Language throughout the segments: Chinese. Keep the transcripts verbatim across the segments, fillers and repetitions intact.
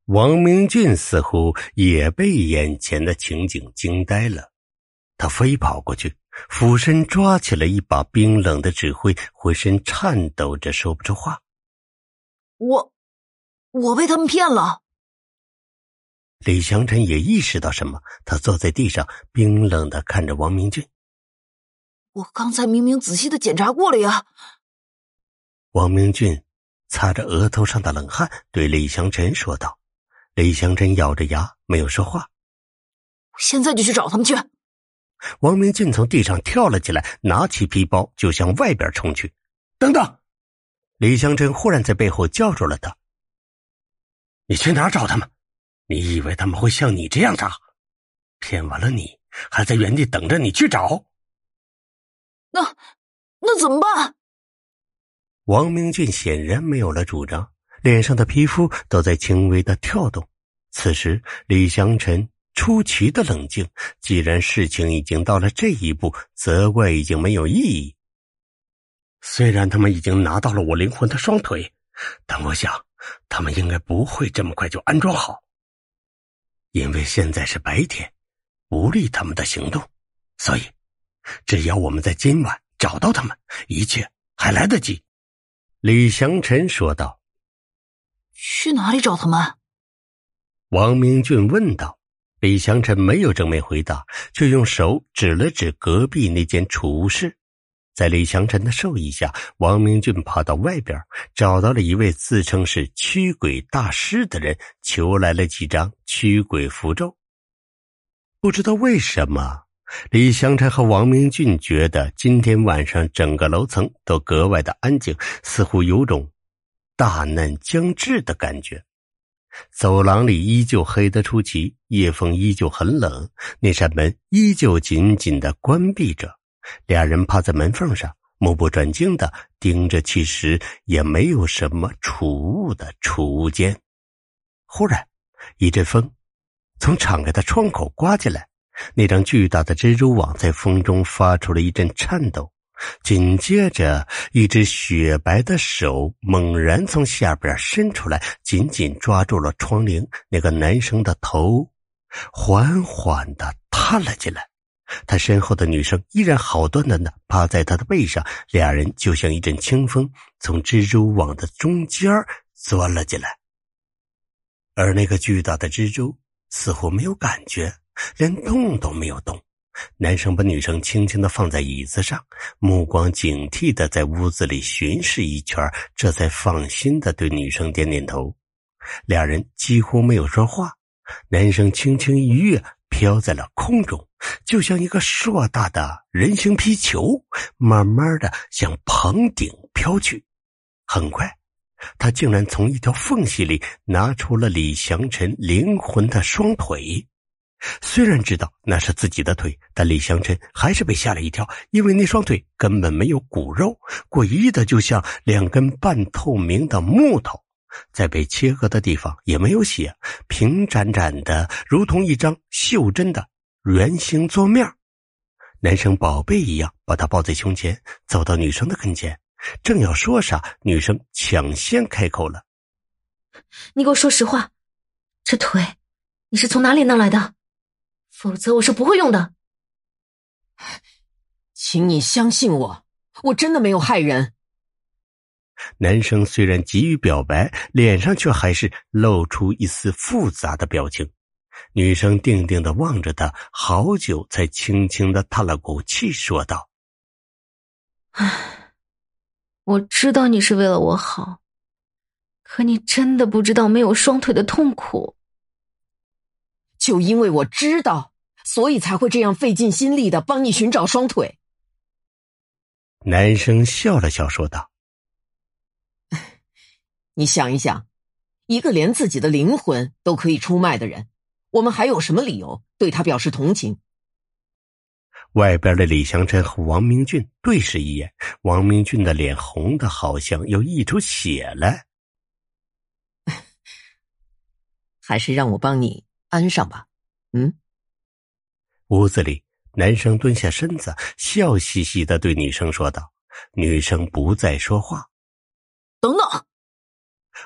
王明俊似乎也被眼前的情景惊呆了，他飞跑过去，俯身抓起了一把冰冷的纸灰，浑身颤抖着说不出话。 我我被他们骗了。 李祥辰也意识到什么，他坐在地上冰冷地看着王明俊。 我刚才明明仔细的检查过了呀。 王明俊擦着额头上的冷汗，对李祥辰说道。李祥辰咬着牙没有说话。 现在就去找他们去。 王明俊从地上跳了起来，拿起皮包就向外边冲去。等等！李祥辰忽然在背后叫住了他。你去哪儿找他们？你以为他们会像你这样傻？骗完了你，还在原地等着你去找。 那那怎么办？ 王明俊显然没有了主张，脸上的皮肤都在轻微的跳动。此时李祥辰出奇的冷静，既然事情已经到了这一步，责怪已经没有意义。虽然他们已经拿到了我灵魂的双腿，但我想他们应该不会这么快就安装好，因为现在是白天，不利他们的行动，所以只要我们在今晚找到他们，一切还来得及。李祥辰说道。 去哪里找他们？ 王明俊问道。李祥辰没有正面回答，却用手指了指隔壁那间储物室。在李祥辰的授意下，王明俊跑到外边，找到了一位自称是驱鬼大师的人，求来了几张驱鬼符咒。不知道为什么，李祥辰和王明俊觉得今天晚上整个楼层都格外的安静，似乎有种大难将至的感觉。走廊里依旧黑得出奇，夜风依旧很冷，那扇门依旧紧紧地关闭着。俩人趴在门缝上，目不转睛地盯着其实也没有什么储物的储物间。忽然一阵风从敞开的窗口刮进来，那张巨大的蜘蛛网在风中发出了一阵颤抖，紧接着一只雪白的手猛然从下边伸出来，紧紧抓住了窗棂，那个男生的头缓缓地探了进来。他身后的女生依然好端端地趴在他的背上，俩人就像一阵清风从蜘蛛网的中间钻了进来。而那个巨大的蜘蛛似乎没有感觉，连动都没有动。男生把女生轻轻地放在椅子上，目光警惕地在屋子里巡视一圈，这才放心地对女生点点头。俩人几乎没有说话，男生轻轻一跃，飘在了空中，就像一个硕大的人形皮球，慢慢地向棚顶飘去。很快，他竟然从一条缝隙里拿出了李祥辰灵魂的双腿。虽然知道那是自己的腿，但李祥辰还是被吓了一跳，因为那双腿根本没有骨肉，诡异的就像两根半透明的木头，在被切割的地方也没有血，平展展的如同一张袖珍的圆形桌面。男生宝贝一样把她抱在胸前，走到女生的跟前，正要说啥，女生抢先开口了。 你给我说实话，这腿你是从哪里弄来的？否则我是不会用的。 请你相信我，我真的没有害人。 男生虽然急于表白，脸上却还是露出一丝复杂的表情。女生定定地望着他，好久才轻轻地叹了口气，说道： 唉，我知道你是为了我好，可你真的不知道没有双腿的痛苦。 就因为我知道，所以才会这样费尽心力地帮你寻找双腿。 男生笑了笑说道： 你想一想，一个连自己的灵魂都可以出卖的人，我们还有什么理由对他表示同情？ 外边的李祥辰和王明俊对视一眼，王明俊的脸红得好像要溢出血来。 还是让我帮你安上吧。嗯。 屋子里，男生蹲下身子，笑嘻嘻地对女生说道。女生不再说话。 等等！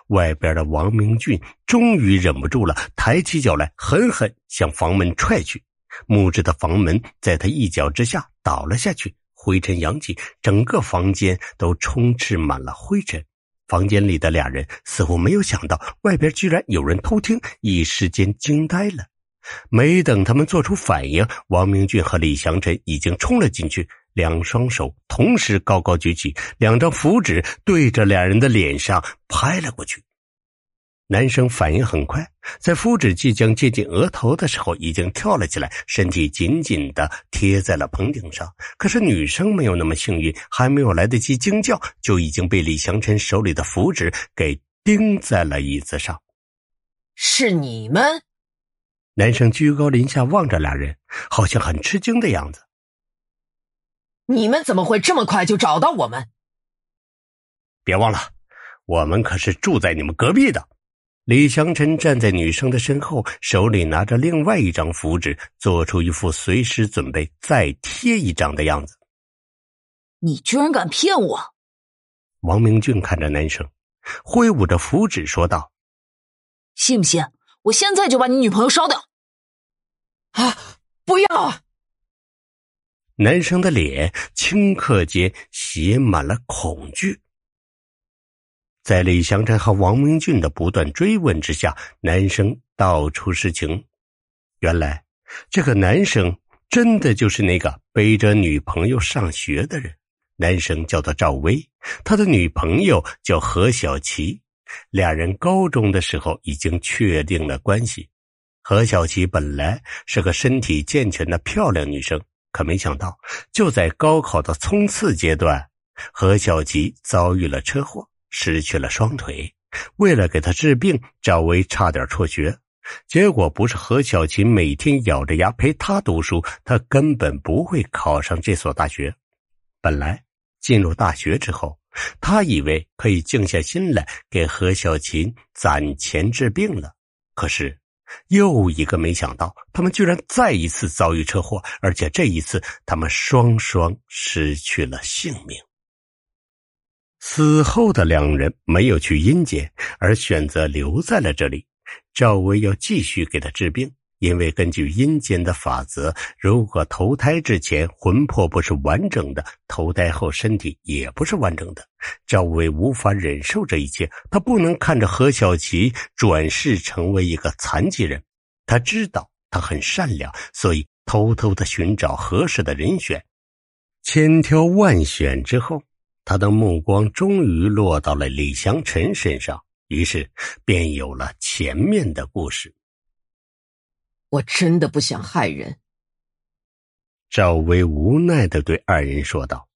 外边的王明俊终于忍不住了，抬起脚来狠狠向房门踹去。木质的房门在他一脚之下倒了下去，灰尘扬起，整个房间都充斥满了灰尘。房间里的俩人似乎没有想到外边居然有人偷听，一时间惊呆了。没等他们做出反应，王明俊和李祥辰已经冲了进去，两双手同时高高举起，两张符纸对着俩人的脸上拍了过去。男生反应很快，在符纸即将接近额头的时候已经跳了起来，身体紧紧地贴在了棚顶上。可是女生没有那么幸运，还没有来得及惊叫，就已经被李祥辰手里的符纸给钉在了椅子上。 是你们？ 男生居高临下望着俩人，好像很吃惊的样子。 你们怎么会这么快就找到我们？ 别忘了，我们可是住在你们隔壁的。李祥辰站在女生的身后，手里拿着另外一张符纸，做出一副随时准备再贴一张的样子。 你居然敢骗我！ 王明俊看着男生，挥舞着符纸说道： 信不信我现在就把你女朋友烧掉？ 啊，不要！ 男生的脸顷刻间写满了恐惧。在李祥辰和王明俊的不断追问之下，男生道出实情。原来这个男生真的就是那个背着女朋友上学的人。男生叫做赵薇，他的女朋友叫何小琪，俩人高中的时候已经确定了关系。何小琪本来是个身体健全的漂亮女生，可没想到就在高考的冲刺阶段，何小琪遭遇了车祸，失去了双腿。为了给他治病，赵薇差点辍学。结果不是何小琪每天咬着牙陪他读书，他根本不会考上这所大学。本来进入大学之后，他以为可以静下心来给何小琪攒钱治病了。可是又一个没想到，他们居然再一次遭遇车祸，而且这一次他们双双失去了性命。死后的两人没有去阴间，而选择留在了这里。赵薇要继续给他治病，因为根据阴间的法则，如果投胎之前魂魄不是完整的，投胎后身体也不是完整的。赵薇无法忍受这一切，她不能看着何小琪转世成为一个残疾人。她知道他很善良，所以偷偷地寻找合适的人选。千挑万选之后，他的目光终于落到了李祥辰身上，于是便有了前面的故事。 我真的不想害人。 赵薇无奈地对二人说道。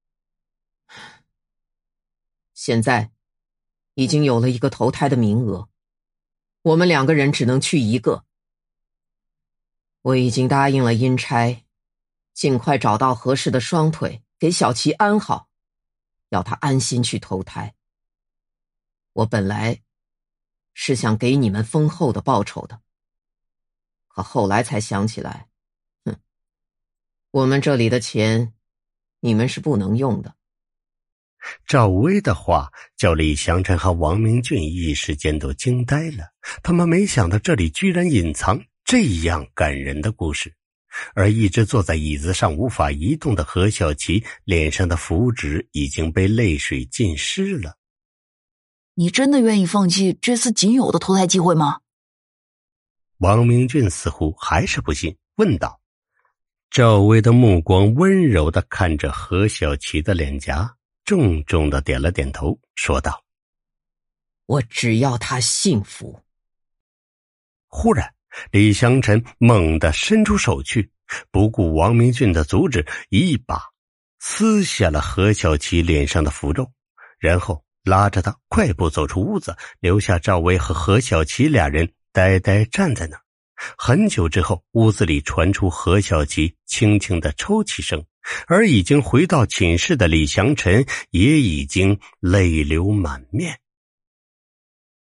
现在已经有了一个投胎的名额，我们两个人只能去一个。我已经答应了阴差，尽快找到合适的双腿给小琪安好，要他安心去投胎。我本来是想给你们丰厚的报酬的，可后来才想起来，哼，我们这里的钱你们是不能用的。 赵薇的话叫李祥辰和王明俊一时间都惊呆了，他们没想到这里居然隐藏这样感人的故事。而一直坐在椅子上无法移动的何小琪脸上的符纸已经被泪水浸湿了。 你真的愿意放弃这次仅有的投胎机会吗？ 王明俊似乎还是不信，问道。赵薇的目光温柔地看着何小琪的脸颊，重重地点了点头，说道： 我只要他幸福。 忽然李祥辰猛地伸出手去，不顾王明俊的阻止，一把撕下了何小琪脸上的符咒，然后拉着他快步走出屋子，留下赵薇和何小琪俩人呆呆站在那儿。很久之后，屋子里传出何小琪轻轻的抽泣声，而已经回到寝室的李祥辰也已经泪流满面。